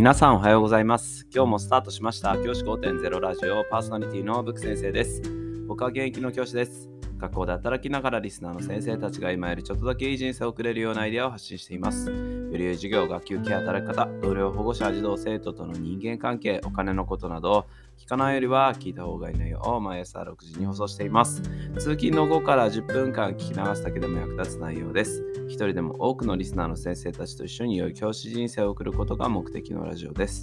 皆さんおはようございます。今日もスタートしました教師 5.0 ラジオパーソナリティのブク先生です。僕は現役の教師です。学校で働きながらリスナーの先生たちが今よりちょっとだけいい人生を送れるようなアイデアを発信しています。より良い授業、学級ケア、働き方、同僚、保護者、児童、生徒との人間関係、お金のことなど聞かないよりは聞いた方がいい内容を毎朝6時に放送しています。通勤の後から10分間聞き流すだけでも役立つ内容です。一人でも多くのリスナーの先生たちと一緒に良い教師人生を送ることが目的のラジオです。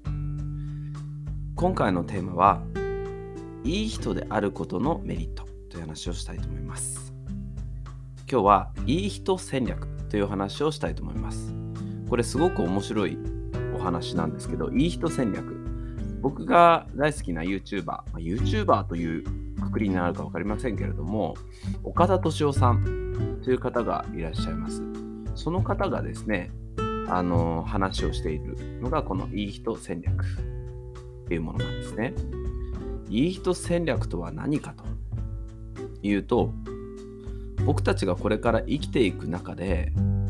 今回のテーマは、いい人であることのメリットという話をしたいと思います。今日はいい人戦略という話をしたいと思います。これすごく面白いお話なんですけど、いい人戦略。僕が大好きな YouTuber というくくりになるか分かりませんけれども、岡田敏夫さんという方がいらっしゃいます。その方がですね、話をしているのがこのいい人戦略というものなんですね。いい人戦略とは何かというと、僕たちがこれから生きていく中で、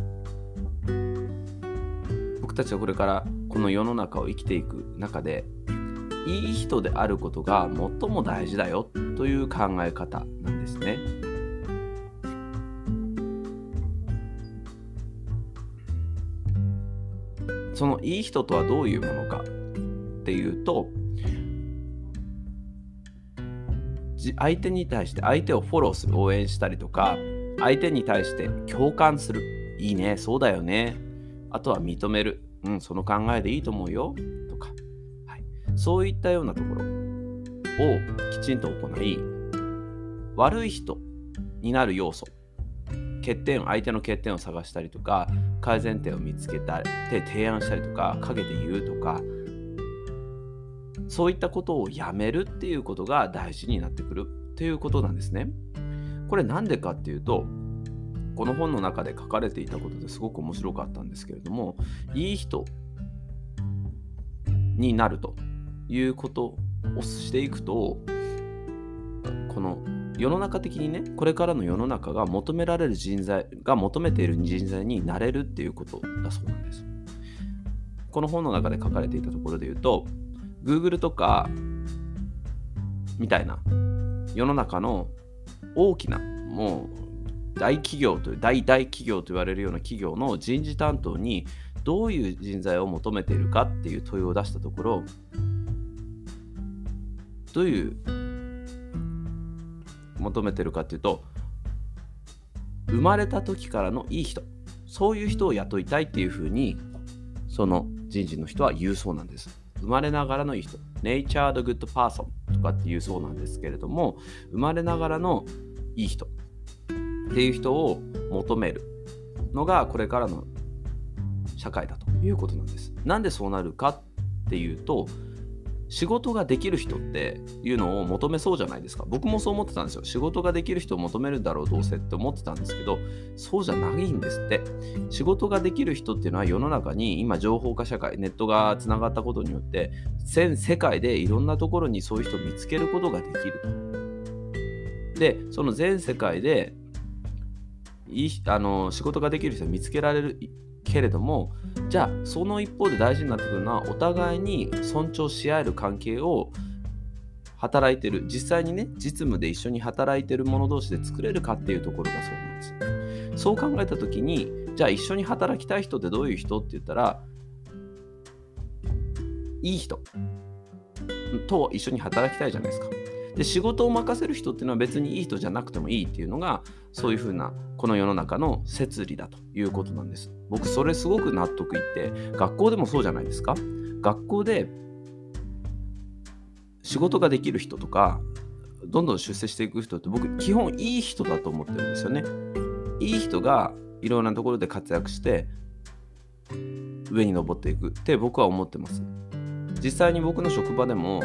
僕たちがこれからこの世の中を生きていく中で、いい人であることが最も大事だよという考え方なんですね。そのいい人とはどういうものかっていうと、相手に対して相手をフォローする、応援したりとか、相手に対して共感する、いいね、そうだよね、あとは認める、その考えでいいと思うよとか、そういったようなところをきちんと行い、悪い人になる要素、相手の欠点を探したりとか、改善点を見つけて提案したりとか、陰で言うとか、そういったことをやめるっていうことが大事になってくるっていうことなんですね。これなんでかっていうと、この本の中で書かれていたことですごく面白かったんですけれども、いい人になるということをしていくと、この世の中的にね、これからの世の中が求められる人材が求めている人材になれるっていうことだそうなんです。この本の中で書かれていたところで言うと、Google とかみたいな世の中の大きな、もう大企業という大企業と言われるような企業の人事担当にどういう人材を求めているかっていう問いを出したところ、どういう求めてるかっていうと、生まれた時からのいい人、そういう人を雇いたいっていうふうにその人事の人は言うそうなんです。生まれながらのいい人、Nature the good person とかっていうそうなんですけれども、生まれながらのいい人っていう人を求めるのがこれからの社会だということなんです。なんでそうなるかっていうと、仕事ができる人っていうのを求めそうじゃないですか。僕もそう思ってたんですよ。仕事ができる人を求めるんだろうどうせって思ってたんですけど、そうじゃないんですって。仕事ができる人っていうのは世の中に今情報化社会、ネットがつながったことによって全世界でいろんなところにそういう人を見つけることができると。で、その全世界で仕事ができる人を見つけられるけれども、じゃあその一方で大事になってくるのは、お互いに尊重し合える関係を働いてる、実際にね、実務で一緒に働いてる者同士で作れるかっていうところがそうなんです。そう考えた時に、じゃあ一緒に働きたい人ってどういう人って言ったら、いい人と一緒に働きたいじゃないですか。で、仕事を任せる人っていうのは別にいい人じゃなくてもいいっていうのが、そういうふうなこの世の中の摂理だということなんです。僕それすごく納得いって、学校でもそうじゃないですか。学校で仕事ができる人とかどんどん出世していく人って、僕基本いい人だと思ってるんですよね。いい人がいろんなところで活躍して上に登っていくって僕は思ってます。実際に僕の職場でも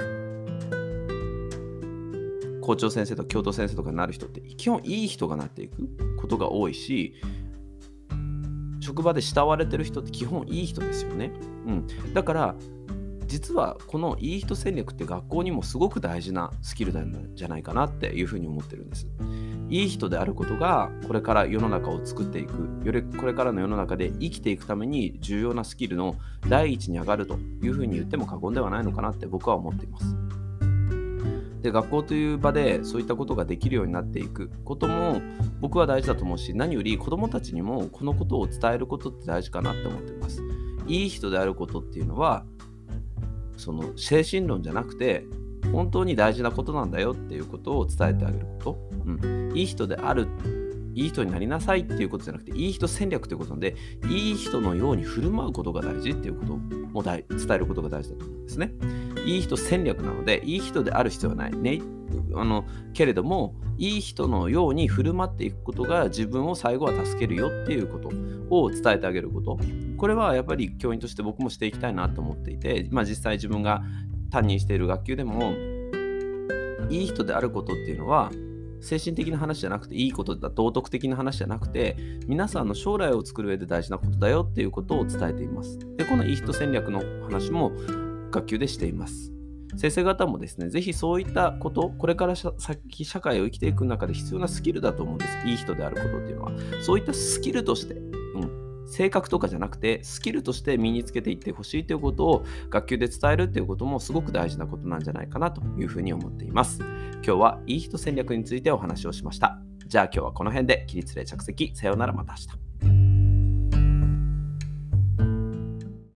校長先生とか教頭先生とかになる人って基本いい人がなっていくことが多いし、職場で慕われてる人って基本いい人ですよね。だから実はこのいい人戦略って学校にもすごく大事なスキルなんじゃないかなっていうふうに思ってるんです。 いい人であることがこれから世の中を作っていく、これからの世の中で生きていくために重要なスキルの第一に上がるというふうに言っても過言ではないのかなって僕は思っています。で、学校という場でそういったことができるようになっていくことも僕は大事だと思うし、何より子どもたちにもこのことを伝えることって大事かなって思っています。いい人であることっていうのはその精神論じゃなくて本当に大事なことなんだよっていうことを伝えてあげること、いい人である、いい人になりなさいっていうことじゃなくて、いい人戦略ということなので、いい人のように振る舞うことが大事っていうことも伝えることが大事だと思うんですね。いい人戦略なので、いい人である必要はないね。けれども、いい人のように振る舞っていくことが自分を最後は助けるよっていうことを伝えてあげること。これはやっぱり教員として僕もしていきたいなと思っていて、実際自分が担任している学級でも、いい人であることっていうのは精神的な話じゃなくて、いいことだ、道徳的な話じゃなくて、皆さんの将来を作る上で大事なことだよっていうことを伝えています。で、このいい人戦略の話も学級でしています。先生方もですね、ぜひそういったこと、これから先社会を生きていく中で必要なスキルだと思うんです。いい人であることっていうのは。そういったスキルとして、性格とかじゃなくてスキルとして身につけていってほしいということを学級で伝えるということもすごく大事なことなんじゃないかなというふうに思っています。今日はいい人戦略についてお話をしました。じゃあ今日はこの辺で起立例着席。さようなら、また明日。